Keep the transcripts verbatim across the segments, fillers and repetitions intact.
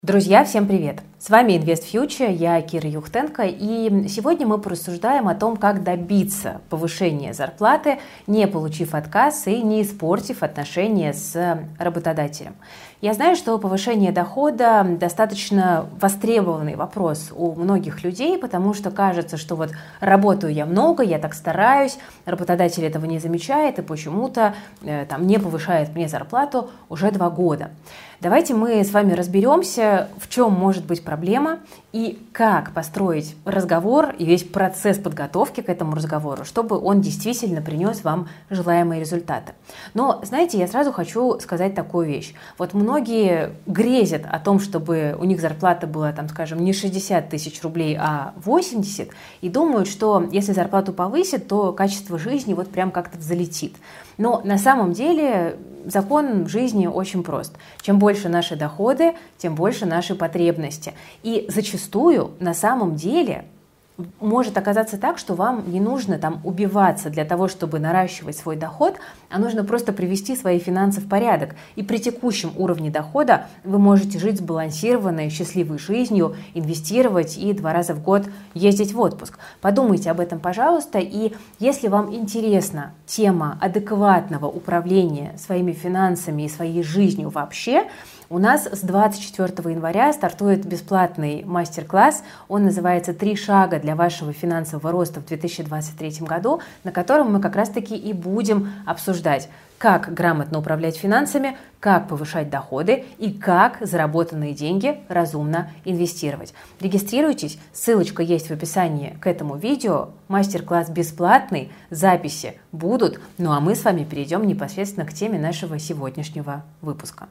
Друзья, всем привет! С вами Invest Future, я Кира Юхтенко, и сегодня мы порассуждаем о том, как добиться повышения зарплаты, не получив отказ и не испортив отношения с работодателем. Я знаю, что повышение дохода достаточно востребованный вопрос у многих людей, потому что кажется, что вот работаю я много, я так стараюсь, работодатель этого не замечает и почему-то э, там не повышает мне зарплату уже два года. Давайте мы с вами разберемся, в чем может быть проблема и как построить разговор и весь процесс подготовки к этому разговору, чтобы он действительно принес вам желаемые результаты. Но, знаете, я сразу хочу сказать такую вещь. Вот многие грезят о том, чтобы у них зарплата была, там, скажем, не шестьдесят тысяч рублей, а восемьдесят, и думают, что если зарплату повысит, то качество жизни вот прям как-то взлетит. Но на самом деле закон жизни очень прост. Чем больше наши доходы, тем больше наши потребности. И зачастую на самом деле может оказаться так, что вам не нужно там убиваться для того, чтобы наращивать свой доход, а нужно просто привести свои финансы в порядок. И при текущем уровне дохода вы можете жить сбалансированной, счастливой жизнью, инвестировать и два раза в год ездить в отпуск. Подумайте об этом, пожалуйста. И если вам интересна тема адекватного управления своими финансами и своей жизнью вообще, у нас с двадцать четвёртого января стартует бесплатный мастер-класс. Он называется «Три шага для вашего финансового роста в две тысячи двадцать третьем году», на котором мы как раз-таки и будем обсуждать, как грамотно управлять финансами, как повышать доходы и как заработанные деньги разумно инвестировать. Регистрируйтесь, ссылочка есть в описании к этому видео. Мастер-класс бесплатный, записи будут. Ну а мы с вами перейдем непосредственно к теме нашего сегодняшнего выпуска.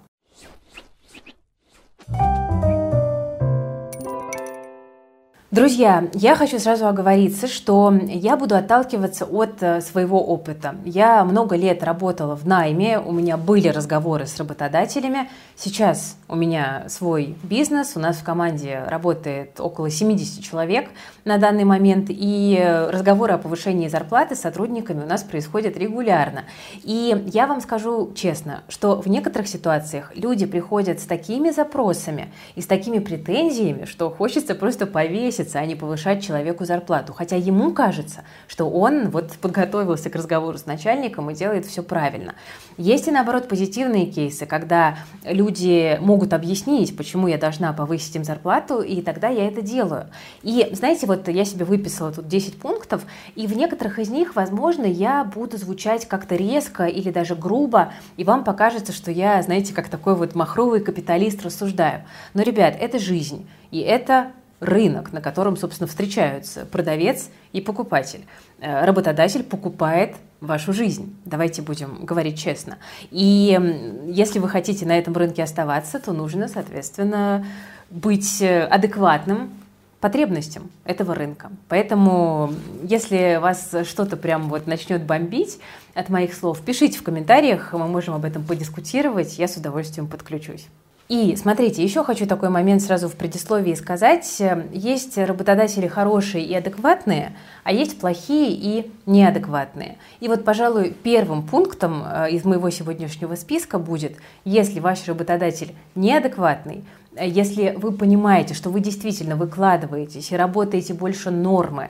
Друзья, я хочу сразу оговориться, что я буду отталкиваться от своего опыта. Я много лет работала в найме, у меня были разговоры с работодателями. Сейчас у меня свой бизнес, у нас в команде работает около семьдесят человек на данный момент, и разговоры о повышении зарплаты с сотрудниками у нас происходят регулярно. И я вам скажу честно, что в некоторых ситуациях люди приходят с такими запросами и с такими претензиями, что хочется просто повесить, а не повышать человеку зарплату. Хотя ему кажется, что он вот подготовился к разговору с начальником и делает все правильно. Есть и наоборот позитивные кейсы, когда люди могут объяснить, почему я должна повысить им зарплату, и тогда я это делаю. И знаете, вот я себе выписала тут десять пунктов, и в некоторых из них, возможно, я буду звучать как-то резко или даже грубо, и вам покажется, что я, знаете, как такой вот махровый капиталист рассуждаю. Но, ребят, это жизнь, и это рынок, на котором, собственно, встречаются продавец и покупатель. Работодатель покупает вашу жизнь. Давайте будем говорить честно. И если вы хотите на этом рынке оставаться, то нужно, соответственно, быть адекватным потребностям этого рынка. Поэтому, если вас что-то прям вот начнет бомбить от моих слов, пишите в комментариях, мы можем об этом подискутировать, я с удовольствием подключусь. И смотрите, еще хочу такой момент сразу в предисловии сказать. Есть работодатели хорошие и адекватные, а есть плохие и неадекватные. И вот, пожалуй, первым пунктом из моего сегодняшнего списка будет, если ваш работодатель неадекватный, если вы понимаете, что вы действительно выкладываетесь и работаете больше нормы,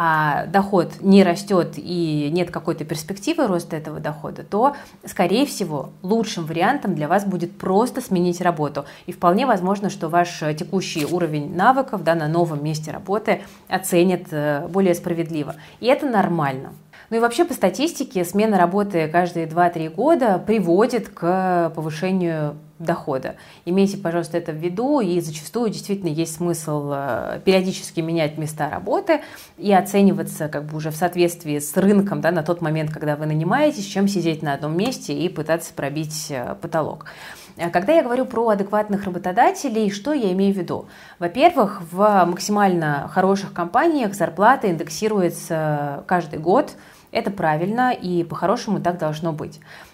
а доход не растет и нет какой-то перспективы роста этого дохода, то, скорее всего, лучшим вариантом для вас будет просто сменить работу. И вполне возможно, что ваш текущий уровень навыков, да, на новом месте работы оценят более справедливо. И это нормально. Ну и вообще по статистике смена работы каждые два-три года приводит к повышению дохода. Имейте, пожалуйста, это в виду, и зачастую действительно есть смысл периодически менять места работы и оцениваться как бы уже в соответствии с рынком, да, на тот момент, когда вы нанимаетесь, чем сидеть на одном месте и пытаться пробить потолок. Когда я говорю про адекватных работодателей, что я имею в виду? Во-первых, в максимально хороших компаниях зарплата индексируется каждый год. Это правильно, и по-хорошему так должно быть.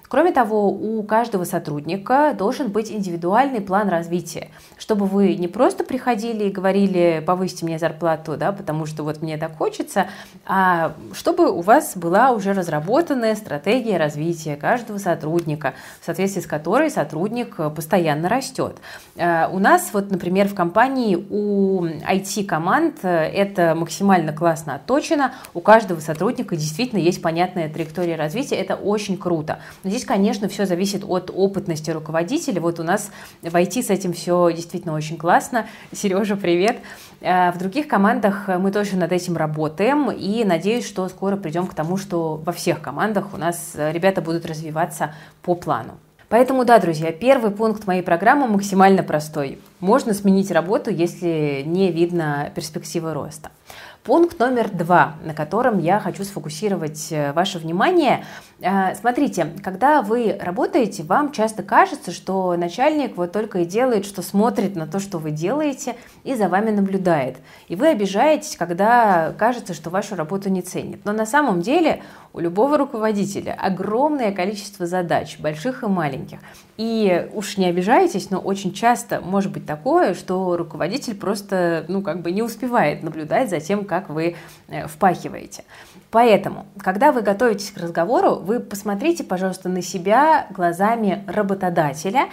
Кроме того, у каждого сотрудника должен быть индивидуальный план развития, чтобы вы не просто приходили и говорили: повысьте мне зарплату, да, потому что вот мне так хочется, а чтобы у вас была уже разработанная стратегия развития каждого сотрудника, в соответствии с которой сотрудник постоянно растет. У нас вот, например, в компании у ай ти-команд это максимально классно отточено, у каждого сотрудника действительно есть понятная траектория развития, это очень круто. Но здесь, конечно, все зависит от опытности руководителя. Вот у нас в ай ти с этим все действительно очень классно. Сережа, привет! В других командах мы тоже над этим работаем, и надеюсь, что скоро придем к тому, что во всех командах у нас ребята будут развиваться по плану. Поэтому да, друзья, первый пункт моей программы максимально простой. Можно сменить работу, если не видно перспективы роста. Пункт номер два, на котором я хочу сфокусировать ваше внимание. Смотрите, когда вы работаете, вам часто кажется, что начальник вот только и делает, что смотрит на то, что вы делаете, и за вами наблюдает. И вы обижаетесь, когда кажется, что вашу работу не ценят. Но на самом деле у любого руководителя огромное количество задач, больших и маленьких. И уж не обижайтесь, но очень часто может быть такое, что руководитель просто, ну, как бы не успевает наблюдать за тем, как вы впахиваете. Поэтому, когда вы готовитесь к разговору, вы посмотрите, пожалуйста, на себя глазами работодателя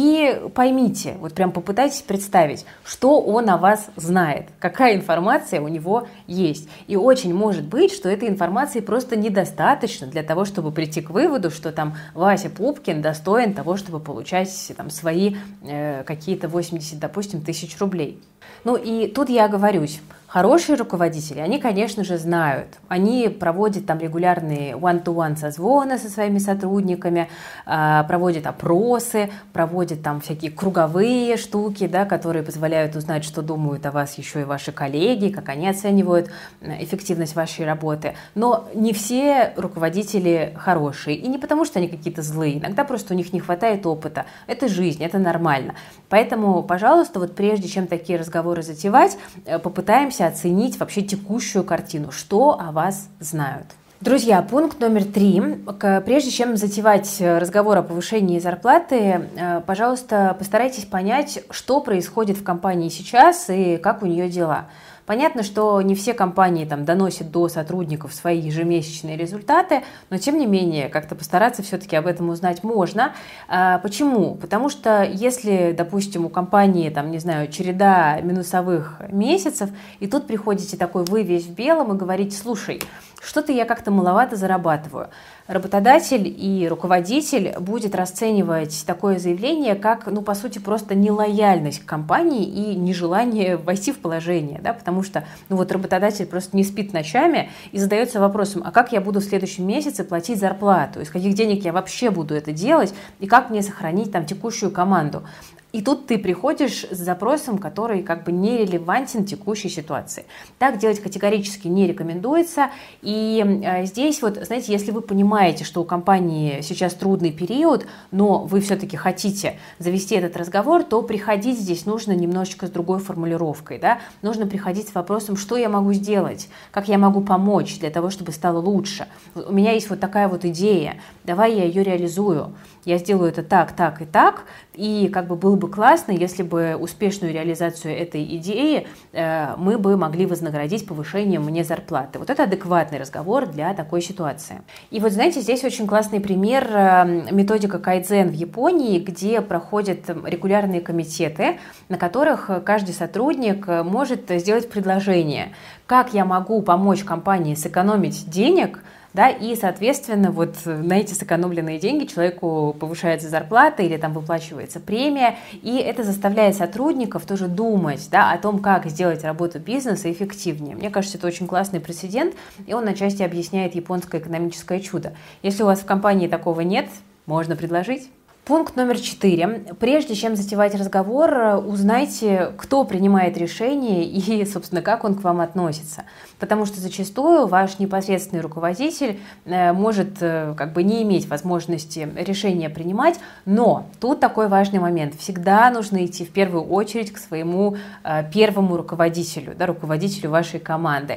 и поймите, вот прям попытайтесь представить, что он о вас знает, какая информация у него есть. И очень может быть, что этой информации просто недостаточно для того, чтобы прийти к выводу, что там Вася Пупкин достоин того, чтобы получать там свои э, какие-то восемьдесят, допустим, тысяч рублей. Ну и тут я оговорюсь. Хорошие руководители, они, конечно же, знают. Они проводят там регулярные one-to-one созвоны со своими сотрудниками, проводят опросы, проводят там всякие круговые штуки, да, которые позволяют узнать, что думают о вас еще и ваши коллеги, как они оценивают эффективность вашей работы. Но не все руководители хорошие. И не потому, что они какие-то злые. Иногда просто у них не хватает опыта. Это жизнь, это нормально. Поэтому, пожалуйста, вот прежде чем такие разговоры затевать, попытаемся оценить вообще текущую картину, что о вас знают. Друзья, пункт номер три. Прежде чем затевать разговор о повышении зарплаты, пожалуйста, постарайтесь понять, что происходит в компании сейчас и как у нее дела. Понятно, что не все компании там доносят до сотрудников свои ежемесячные результаты, но тем не менее как-то постараться все-таки об этом узнать можно. А, почему? Потому что если, допустим, у компании там, не знаю, череда минусовых месяцев, и тут приходите такой вы весь в белом и говорите: слушай, что-то я как-то маловато зарабатываю. Работодатель и руководитель будет расценивать такое заявление как, ну, по сути, просто нелояльность к компании и нежелание войти в положение, да, потому что, ну, вот работодатель просто не спит ночами и задается вопросом: а как я буду в следующем месяце платить зарплату, из каких денег я вообще буду это делать и как мне сохранить там текущую команду. И тут ты приходишь с запросом, который как бы нерелевантен текущей ситуации. Так делать категорически не рекомендуется. И э, здесь вот, знаете, если вы понимаете, что у компании сейчас трудный период, но вы все-таки хотите завести этот разговор, то приходить здесь нужно немножечко с другой формулировкой. Да? Нужно приходить с вопросом: что я могу сделать, как я могу помочь для того, чтобы стало лучше. У меня есть вот такая вот идея, давай я ее реализую. Я сделаю это так, так и так, и как бы было бы классно, если бы успешную реализацию этой идеи э, мы бы могли вознаградить повышением мне зарплаты. Вот это адекватный разговор для такой ситуации. И вот знаете, здесь очень классный пример э, методика кайдзен в Японии, где проходят регулярные комитеты, на которых каждый сотрудник может сделать предложение, как я могу помочь компании сэкономить денег. Да, и, соответственно, вот на эти сэкономленные деньги человеку повышается зарплата или там выплачивается премия, и это заставляет сотрудников тоже думать, да, о том, как сделать работу бизнеса эффективнее. Мне кажется, это очень классный прецедент, и он отчасти объясняет японское экономическое чудо. Если у вас в компании такого нет, можно предложить. Пункт номер четыре. Прежде чем затевать разговор, узнайте, кто принимает решение и, собственно, как он к вам относится. Потому что зачастую ваш непосредственный руководитель может как бы не иметь возможности решения принимать, но тут такой важный момент. Всегда нужно идти в первую очередь к своему первому руководителю, да, руководителю вашей команды.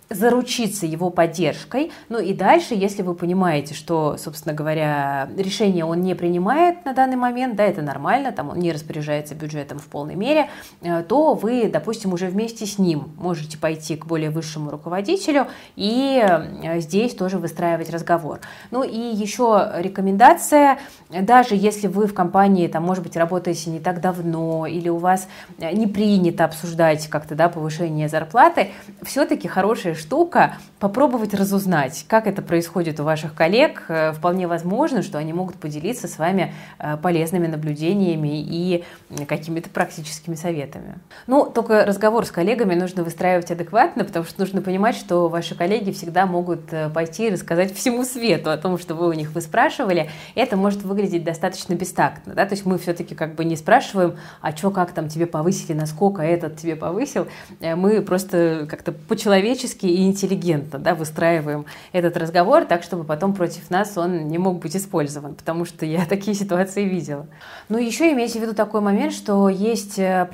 заручиться его поддержкой. Ну и дальше, если вы понимаете, что, собственно говоря, решение он не принимает на данный момент, да, это нормально, там он не распоряжается бюджетом в полной мере, то вы, допустим, уже вместе с ним можете пойти к более высшему руководителю и здесь тоже выстраивать разговор. Ну и еще рекомендация, даже если вы в компании, там, может быть, работаете не так давно или у вас не принято обсуждать как-то, да, повышение зарплаты, все-таки хорошая штука попробовать разузнать, как это происходит у ваших коллег. Вполне возможно, что они могут поделиться с вами полезными наблюдениями и какими-то практическими советами. Ну, только разговор с коллегами нужно выстраивать адекватно, потому что нужно понимать, что ваши коллеги всегда могут пойти и рассказать всему свету о том, что вы у них выспрашивали. Это может выглядеть достаточно бестактно, да, то есть мы все-таки как бы не спрашиваем, а что, как там тебе повысили, насколько этот тебе повысил, мы просто как-то по-человечески и интеллигентно, да, выстраиваем этот разговор так, чтобы потом против нас он не мог быть использован, потому что я такие ситуации видела. Ну, еще имейте в виду такой момент, что есть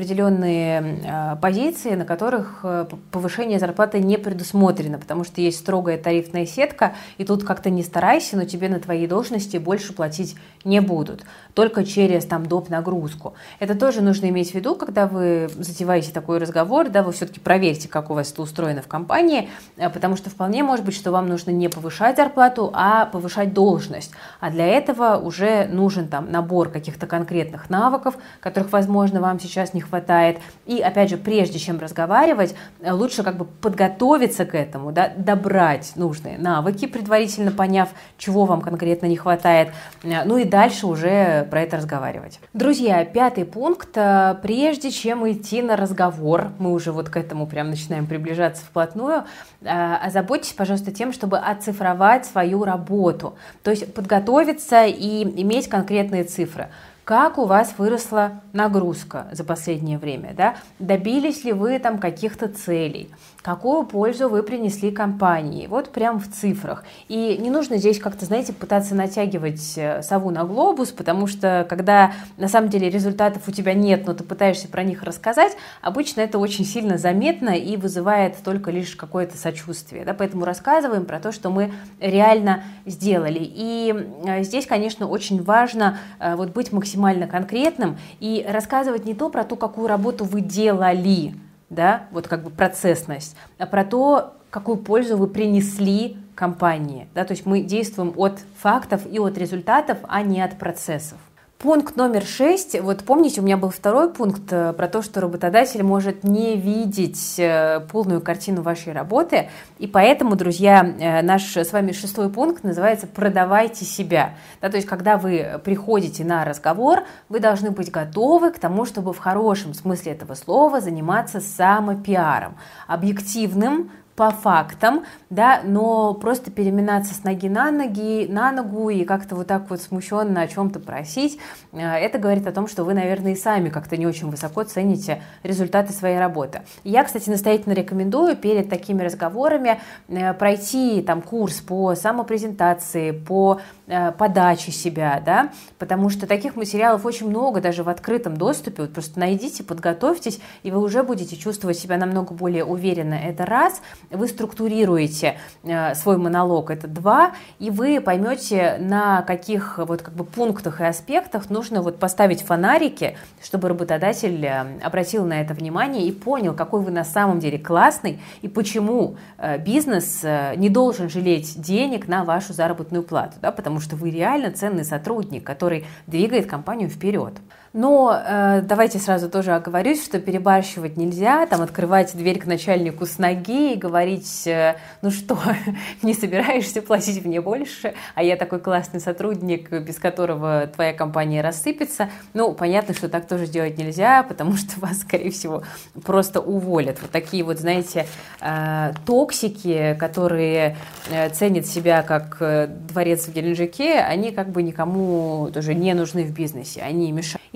определенные позиции, на которых повышение зарплаты не предусмотрено, потому что есть строгая тарифная сетка, и тут как-то не старайся, но тебе на твоей должности больше платить не будут, только через там доп. Нагрузку. Это тоже нужно иметь в виду, когда вы затеваете такой разговор, да, вы все-таки проверьте, как у вас это устроено в компании, потому что вполне может быть, что вам нужно не повышать зарплату, а повышать должность. А для этого уже нужен там набор каких-то конкретных навыков, которых, возможно, вам сейчас не хватает. И, опять же, прежде чем разговаривать, лучше как бы подготовиться к этому, да, добрать нужные навыки, предварительно поняв, чего вам конкретно не хватает, ну и дальше уже про это разговаривать. Друзья, пятый пункт. Прежде чем идти на разговор, мы уже вот к этому прям начинаем приближаться вплотную, озаботьтесь, пожалуйста, тем, чтобы оцифровать свою работу, то есть подготовиться и иметь конкретные цифры. Как у вас выросла нагрузка за последнее время, да? Добились ли вы там каких-то целей? Какую пользу вы принесли компании? Вот прям в цифрах. И не нужно здесь как-то, знаете, пытаться натягивать сову на глобус, потому что когда на самом деле результатов у тебя нет, но ты пытаешься про них рассказать, обычно это очень сильно заметно и вызывает только лишь какое-то сочувствие. Да? Поэтому рассказываем про то, что мы реально сделали. И здесь, конечно, очень важно вот быть максимально конкретным и рассказывать не то про то, какую работу вы делали, да, вот как бы процессность, а про то, какую пользу вы принесли компании, да, то есть мы действуем от фактов и от результатов, а не от процессов. Пункт номер шесть. Вот помните, у меня был второй пункт про то, что работодатель может не видеть полную картину вашей работы, и поэтому, друзья, наш с вами шестой пункт называется «Продавайте себя». Да, то есть, когда вы приходите на разговор, вы должны быть готовы к тому, чтобы в хорошем смысле этого слова заниматься самопиаром, объективным, по фактам, да, но просто переминаться с ноги на ноги, на ногу и как-то вот так вот смущенно о чем-то просить, это говорит о том, что вы, наверное, и сами как-то не очень высоко цените результаты своей работы. Я, кстати, настоятельно рекомендую перед такими разговорами пройти там курс по самопрезентации, по подаче себя, да, потому что таких материалов очень много даже в открытом доступе. Вот просто найдите, подготовьтесь, и вы уже будете чувствовать себя намного более уверенно. Это раз. Вы структурируете э, свой монолог, это два, и вы поймете, на каких вот как бы пунктах и аспектах нужно вот поставить фонарики, чтобы работодатель э, обратил на это внимание и понял, какой вы на самом деле классный и почему э, бизнес э, не должен жалеть денег на вашу заработную плату, да, потому что вы реально ценный сотрудник, который двигает компанию вперед. Но э, давайте сразу тоже оговорюсь, что перебарщивать нельзя, там открывать дверь к начальнику с ноги и говорить, э, ну что, не собираешься платить мне больше, а я такой классный сотрудник, без которого твоя компания рассыпется. Ну, понятно, что так тоже делать нельзя, потому что вас, скорее всего, просто уволят. Вот такие вот, знаете, э, токсики, которые э, ценят себя как э, дворец в Геленджике, они как бы никому тоже не нужны в бизнесе, они мешают. И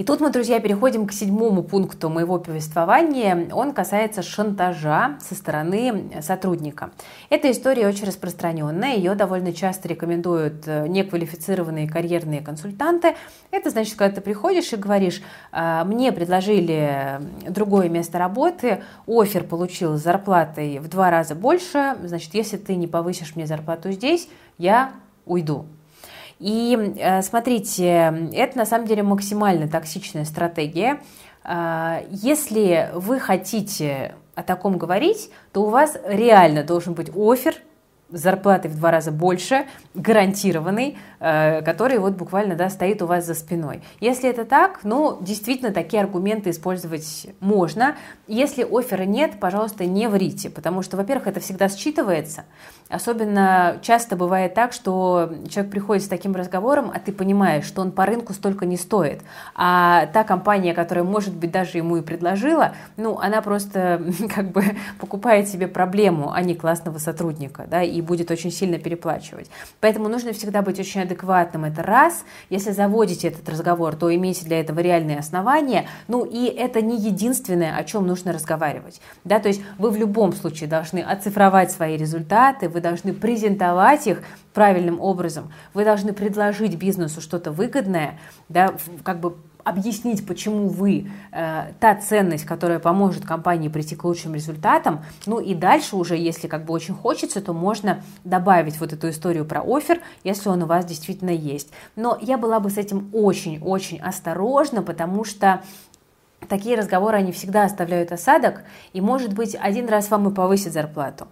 тут мы, друзья, переходим к седьмому пункту моего повествования. Он касается шантажа со стороны сотрудника. Эта история очень распространенная, ее довольно часто рекомендуют неквалифицированные карьерные консультанты. Это значит, когда ты приходишь и говоришь: мне предложили другое место работы, оффер получил с зарплатой в два раза больше, значит, если ты не повысишь мне зарплату здесь, я уйду. И смотрите, это на самом деле максимально токсичная стратегия. Если вы хотите о таком говорить, то у вас реально должен быть оффер с зарплатой в два раза больше, гарантированный, который вот буквально, да, стоит у вас за спиной. Если это так, ну, действительно, такие аргументы использовать можно. Если оффера нет, пожалуйста, не врите, потому что, во-первых, это всегда считывается. Особенно часто бывает так, что человек приходит с таким разговором, а ты понимаешь, что он по рынку столько не стоит. А та компания, которая, может быть, даже ему и предложила, ну, она просто как бы покупает себе проблему, а не классного сотрудника, да, и будет очень сильно переплачивать. Поэтому нужно всегда быть очень адекватным. Это раз. Если заводите этот разговор, то имейте для этого реальные основания. Ну, и это не единственное, о чем нужно разговаривать. Да, то есть вы в любом случае должны оцифровать свои результаты, вы должны презентовать их правильным образом, вы должны предложить бизнесу что-то выгодное, да, как бы объяснить, почему вы э, та ценность, которая поможет компании прийти к лучшим результатам. Ну и дальше уже, если как бы очень хочется, то можно добавить вот эту историю про оффер, если он у вас действительно есть. Но я была бы с этим очень-очень осторожна, потому что такие разговоры, они всегда оставляют осадок, и, может быть, один раз вам и повысит зарплату.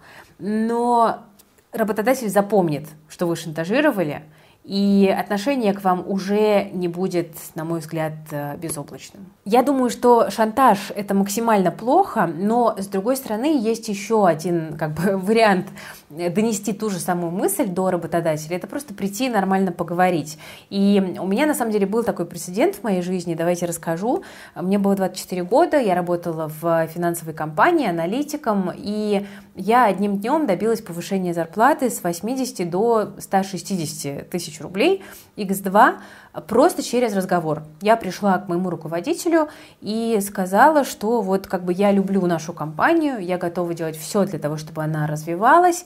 Но работодатель запомнит, что вы шантажировали, и отношение к вам уже не будет, на мой взгляд, безоблачным. Я думаю, что шантаж – это максимально плохо, но, с другой стороны, есть еще один как бы вариант донести ту же самую мысль до работодателя. Это просто прийти и нормально поговорить. И у меня, на самом деле, был такой прецедент в моей жизни, давайте расскажу. Мне было двадцать четыре года, я работала в финансовой компании аналитиком, и я одним днем добилась повышения зарплаты с восьмидесяти до ста шестидесяти тысяч рублей, икс два, просто через разговор. Я пришла к моему руководителю и сказала, что вот как бы я люблю нашу компанию, я готова делать все для того, чтобы она развивалась,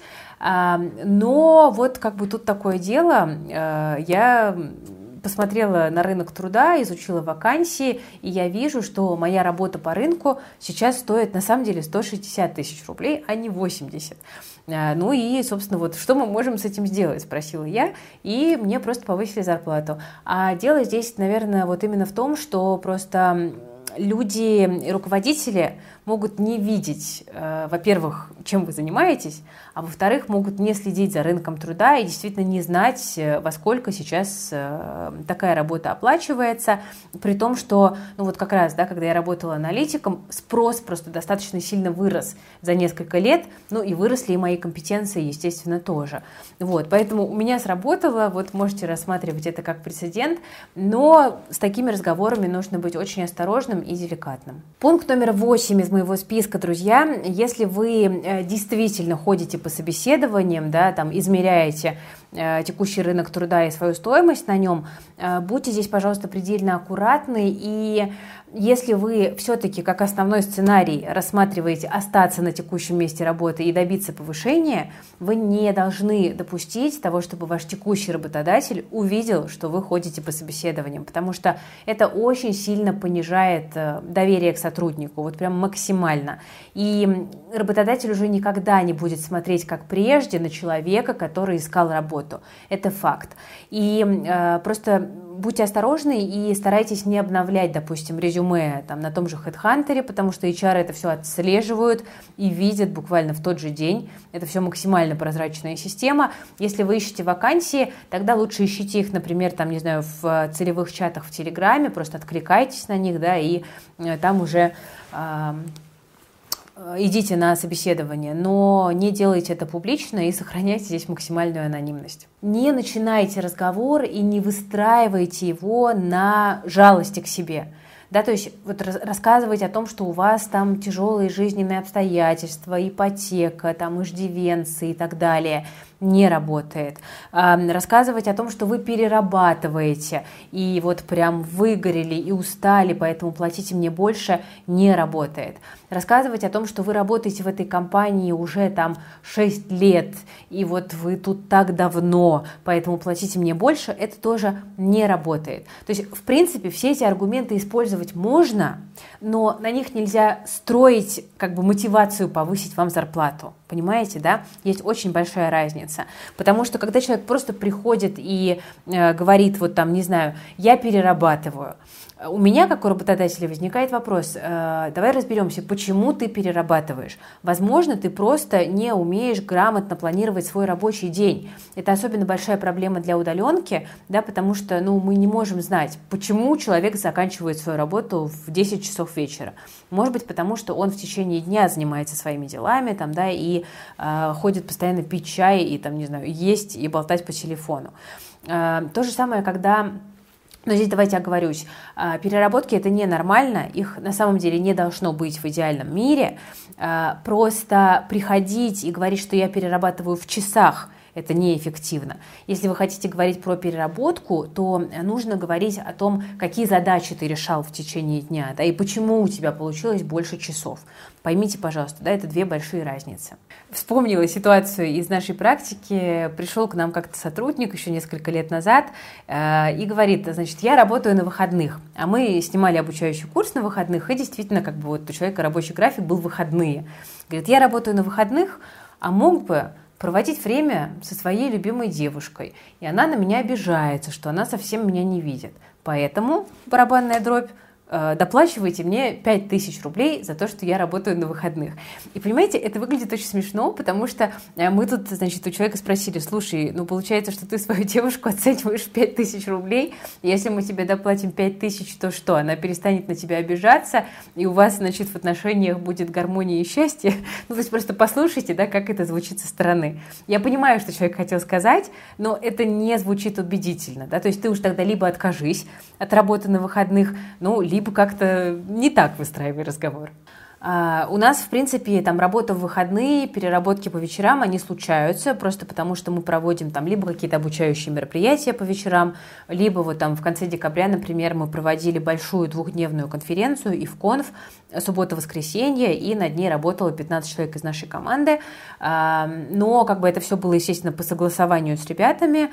но вот как бы тут такое дело, я посмотрела на рынок труда, изучила вакансии, и я вижу, что моя работа по рынку сейчас стоит на самом деле сто шестьдесят тысяч рублей, а не восемьдесят. Ну и, собственно, вот что мы можем с этим сделать, спросила я, и мне просто повысили зарплату. А дело здесь, наверное, вот именно в том, что просто люди и руководители могут не видеть, э, во-первых, чем вы занимаетесь, а во-вторых, могут не следить за рынком труда и действительно не знать, во сколько сейчас э, такая работа оплачивается, при том, что, ну вот как раз, да, когда я работала аналитиком, спрос просто достаточно сильно вырос за несколько лет, ну и выросли и мои компетенции, естественно, тоже. Вот, поэтому у меня сработало, вот можете рассматривать это как прецедент, но с такими разговорами нужно быть очень осторожным и деликатным. Пункт номер восемь из моего списка, друзья. Если вы действительно ходите по собеседованиям, да, там измеряете э, текущий рынок труда и свою стоимость на нем, э, будьте здесь, пожалуйста, предельно аккуратны. И если вы все-таки как основной сценарий рассматриваете остаться на текущем месте работы и добиться повышения, вы не должны допустить того, чтобы ваш текущий работодатель увидел, что вы ходите по собеседованиям, потому что это очень сильно понижает доверие к сотруднику, вот прям максимально. И работодатель уже никогда не будет смотреть, как прежде, на человека, который искал работу. Это факт. И э, просто будьте осторожны и старайтесь не обновлять, допустим, резюме там, на том же HeadHunter, потому что эйч ар это все отслеживают и видят буквально в тот же день. Это все максимально прозрачная система. Если вы ищете вакансии, тогда лучше ищите их, например, там, не знаю, в целевых чатах в Телеграме, просто откликайтесь на них, да, и там уже э, идите на собеседование, но не делайте это публично и сохраняйте здесь максимальную анонимность. Не начинайте разговор и не выстраивайте его на жалости к себе. Да, то есть вот рассказывать о том, что у вас там тяжелые жизненные обстоятельства, ипотека, там иждивенцы и так далее. не работает. Рассказывать о том, что вы перерабатываете и вот прям выгорели и устали, поэтому платите мне больше, не работает. Рассказывать о том, что вы работаете в этой компании уже там шесть лет, и вот вы тут так давно, поэтому платите мне больше, это тоже не работает. То есть, в принципе, все эти аргументы использовать можно, но на них нельзя строить как бы мотивацию повысить вам зарплату. Понимаете, да? Есть очень большая разница. Потому что когда человек просто приходит и э, говорит, вот там, не знаю, я перерабатываю, у меня, как у работодателя, возникает вопрос, э, давай разберемся, почему ты перерабатываешь. Возможно, ты просто не умеешь грамотно планировать свой рабочий день. Это особенно большая проблема для удаленки, да, потому что ну, мы не можем знать, почему человек заканчивает свою работу в десять часов вечера. Может быть, потому что он в течение дня занимается своими делами, там, да, и э, ходит постоянно пить чай, и, там, не знаю, есть и болтать по телефону. Э, то же самое, когда... Но здесь давайте оговорюсь, переработки это ненормально, их на самом деле не должно быть в идеальном мире, просто приходить и говорить, что я перерабатываю в часах, это неэффективно. Если вы хотите говорить про переработку, то нужно говорить о том, какие задачи ты решал в течение дня, да, и почему у тебя получилось больше часов. Поймите, пожалуйста, да, это две большие разницы. Вспомнила ситуацию из нашей практики. Пришел к нам как-то сотрудник еще несколько лет назад э, и говорит, значит, я работаю на выходных. А мы снимали обучающий курс на выходных, и действительно, как бы вот у человека рабочий график был выходные. Говорит, я работаю на выходных, а мог бы проводить время со своей любимой девушкой. И она на меня обижается, что она совсем меня не видит. Поэтому, барабанная дробь, доплачивайте мне пять тысяч рублей за то, что я работаю на выходных. И понимаете, это выглядит очень смешно, потому что мы тут, значит, у человека спросили, слушай, ну получается, что ты свою девушку оцениваешь в пять тысяч рублей, и если мы тебе доплатим пять тысяч, то что, она перестанет на тебя обижаться, и у вас, значит, в отношениях будет гармония и счастье? Ну, то есть просто послушайте, да, как это звучит со стороны. Я понимаю, что человек хотел сказать, но это не звучит убедительно, да, то есть ты уж тогда либо откажись от работы на выходных, ну, либо как-то не так выстраивай разговор. Uh, у нас, в принципе, там работа в выходные, переработки по вечерам, они случаются, просто потому что мы проводим там либо какие-то обучающие мероприятия по вечерам, либо вот там в конце декабря, например, мы проводили большую двухдневную конференцию ИФКонф, суббота-воскресенье, и над ней работало пятнадцать человек из нашей команды, uh, но как бы это все было, естественно, по согласованию с ребятами,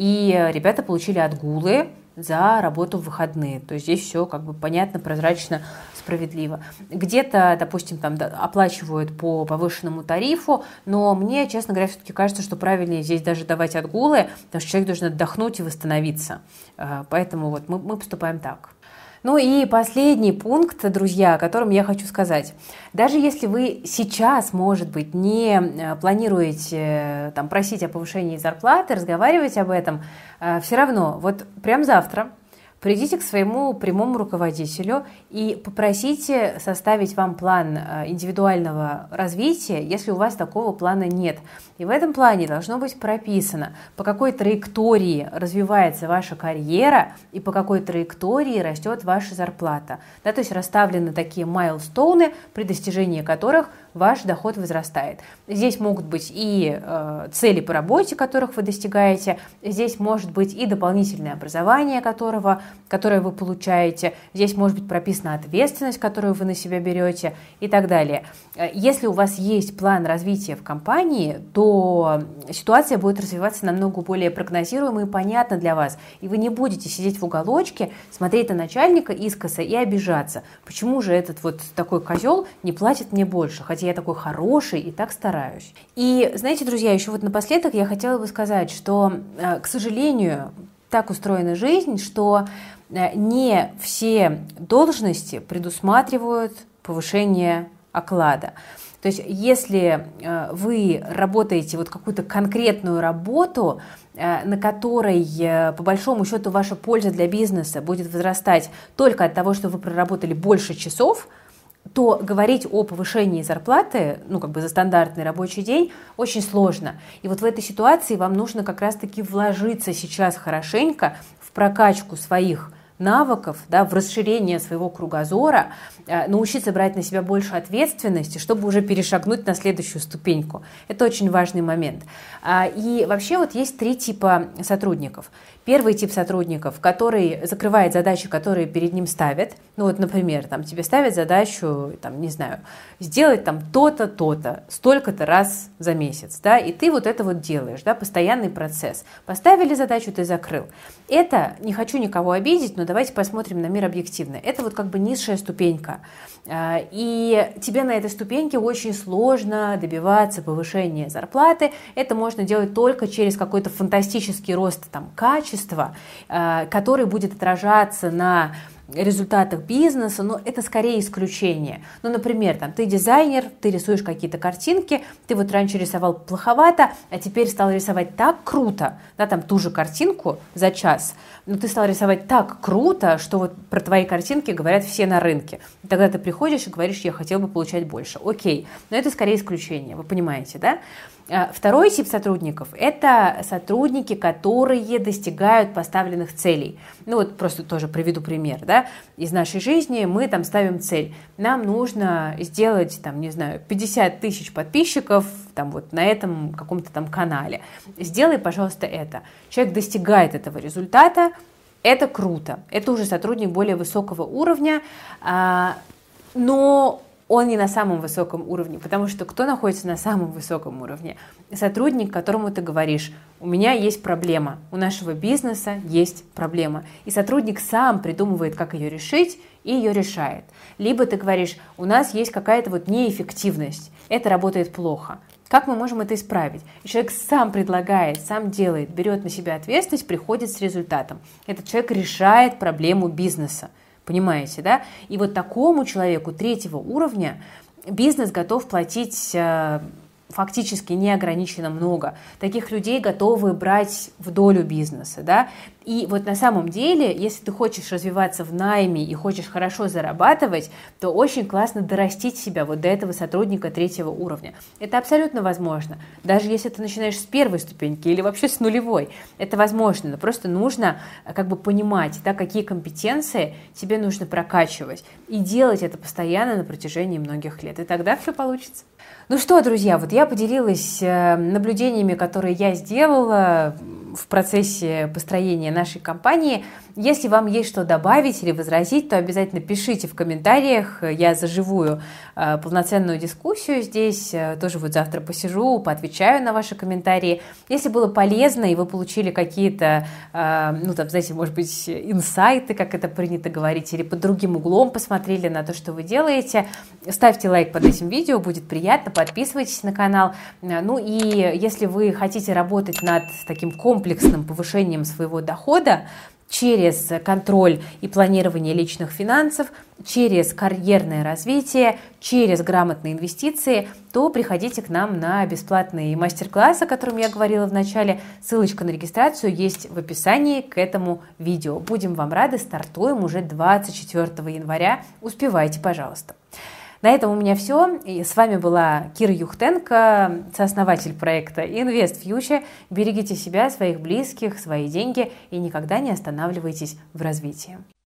и ребята получили отгулы за работу в выходные. То есть здесь все как бы понятно, прозрачно, справедливо. Где-то, допустим, там оплачивают по повышенному тарифу, но мне, честно говоря, все-таки кажется, что правильнее здесь даже давать отгулы, потому что человек должен отдохнуть и восстановиться. Поэтому вот мы, мы поступаем так. Ну и последний пункт, друзья, о котором я хочу сказать. Даже если вы сейчас, может быть, не планируете там, просить о повышении зарплаты, разговаривать об этом, все равно вот прям завтра придите к своему прямому руководителю и попросите составить вам план индивидуального развития, если у вас такого плана нет. И в этом плане должно быть прописано, по какой траектории развивается ваша карьера и по какой траектории растет ваша зарплата. Да, то есть расставлены такие майлстоуны, при достижении которых ваш доход возрастает. Здесь могут быть и э, цели по работе, которых вы достигаете, здесь может быть и дополнительное образование, которого, которое вы получаете, здесь может быть прописана ответственность, которую вы на себя берете и так далее. Если у вас есть план развития в компании, то ситуация будет развиваться намного более прогнозируемо и понятно для вас, и вы не будете сидеть в уголочке, смотреть на начальника искоса и обижаться. Почему же этот вот такой козел не платит мне больше, хотя я такой хороший и так стараюсь. И знаете, друзья, еще вот напоследок я хотела бы сказать, что, к сожалению, так устроена жизнь, что не все должности предусматривают повышение оклада. То есть если вы работаете вот какую-то конкретную работу, на которой, по большому счету, ваша польза для бизнеса будет возрастать только от того, что вы проработали больше часов, то говорить о повышении зарплаты, ну, как бы за стандартный рабочий день, очень сложно. И вот в этой ситуации вам нужно как раз-таки вложиться сейчас хорошенько в прокачку своих навыков, да, в расширение своего кругозора, научиться брать на себя больше ответственности, чтобы уже перешагнуть на следующую ступеньку. Это очень важный момент. И вообще вот есть три типа сотрудников. Первый тип сотрудников, который закрывает задачи, которые перед ним ставят. Ну вот, например, там тебе ставят задачу, там, не знаю, сделать там то-то, то-то, столько-то раз за месяц, да, и ты вот это вот делаешь, да, постоянный процесс. Поставили задачу, ты закрыл. Это, не хочу никого обидеть, но давайте посмотрим на мир объективно. Это вот как бы низшая ступенька. И тебе на этой ступеньке очень сложно добиваться повышения зарплаты. Это можно делать только через какой-то фантастический рост там качества, который будет отражаться на результатах бизнеса, но это скорее исключение. Ну, например, там, ты дизайнер, ты рисуешь какие-то картинки, ты вот раньше рисовал плоховато, а теперь стал рисовать так круто, да, там ту же картинку за час, но ты стал рисовать так круто, что вот про твои картинки говорят все на рынке. И тогда ты приходишь и говоришь, я хотел бы получать больше. Окей, но это скорее исключение, вы понимаете, да? Второй тип сотрудников – это сотрудники, которые достигают поставленных целей. Ну вот просто тоже приведу пример, да, из нашей жизни мы там ставим цель. Нам нужно сделать, там, не знаю, пятьдесят тысяч подписчиков там вот на этом каком-то там канале. Сделай, пожалуйста, это. Человек достигает этого результата, это круто. Это уже сотрудник более высокого уровня, но он не на самом высоком уровне, потому что кто находится на самом высоком уровне? Сотрудник, которому ты говоришь, у меня есть проблема, у нашего бизнеса есть проблема. И сотрудник сам придумывает, как ее решить, и ее решает. Либо ты говоришь, у нас есть какая-то вот неэффективность, это работает плохо. Как мы можем это исправить? И человек сам предлагает, сам делает, берет на себя ответственность, приходит с результатом. Этот человек решает проблему бизнеса. Понимаете, да? И вот такому человеку третьего уровня бизнес готов платить э, фактически неограниченно много. Таких людей готовы брать в долю бизнеса, да? И вот на самом деле, если ты хочешь развиваться в найме и хочешь хорошо зарабатывать, то очень классно дорастить себя вот до этого сотрудника третьего уровня. Это абсолютно возможно. Даже если ты начинаешь с первой ступеньки или вообще с нулевой, это возможно. Но просто нужно как бы понимать, да, какие компетенции тебе нужно прокачивать. И делать это постоянно на протяжении многих лет. И тогда все получится. Ну что, друзья, вот я поделилась наблюдениями, которые я сделала в процессе построения нашей компании. Если вам есть что добавить или возразить, то обязательно пишите в комментариях. Я за живую э, полноценную дискуссию здесь. Тоже вот завтра посижу, поотвечаю на ваши комментарии. Если было полезно и вы получили какие-то, э, ну там, знаете, может быть, инсайты, как это принято говорить, или под другим углом посмотрели на то, что вы делаете, ставьте лайк под этим видео, будет приятно, подписывайтесь на канал. Ну и если вы хотите работать над таким комплексным повышением своего дохода, через контроль и планирование личных финансов, через карьерное развитие, через грамотные инвестиции, то приходите к нам на бесплатный мастер-класс, о котором я говорила в начале. Ссылочка на регистрацию есть в описании к этому видео. Будем вам рады, стартуем уже двадцать четвёртого января. Успевайте, пожалуйста. На этом у меня все. И с вами была Кира Юхтенко, сооснователь проекта Invest Future. Берегите себя, своих близких, свои деньги и никогда не останавливайтесь в развитии.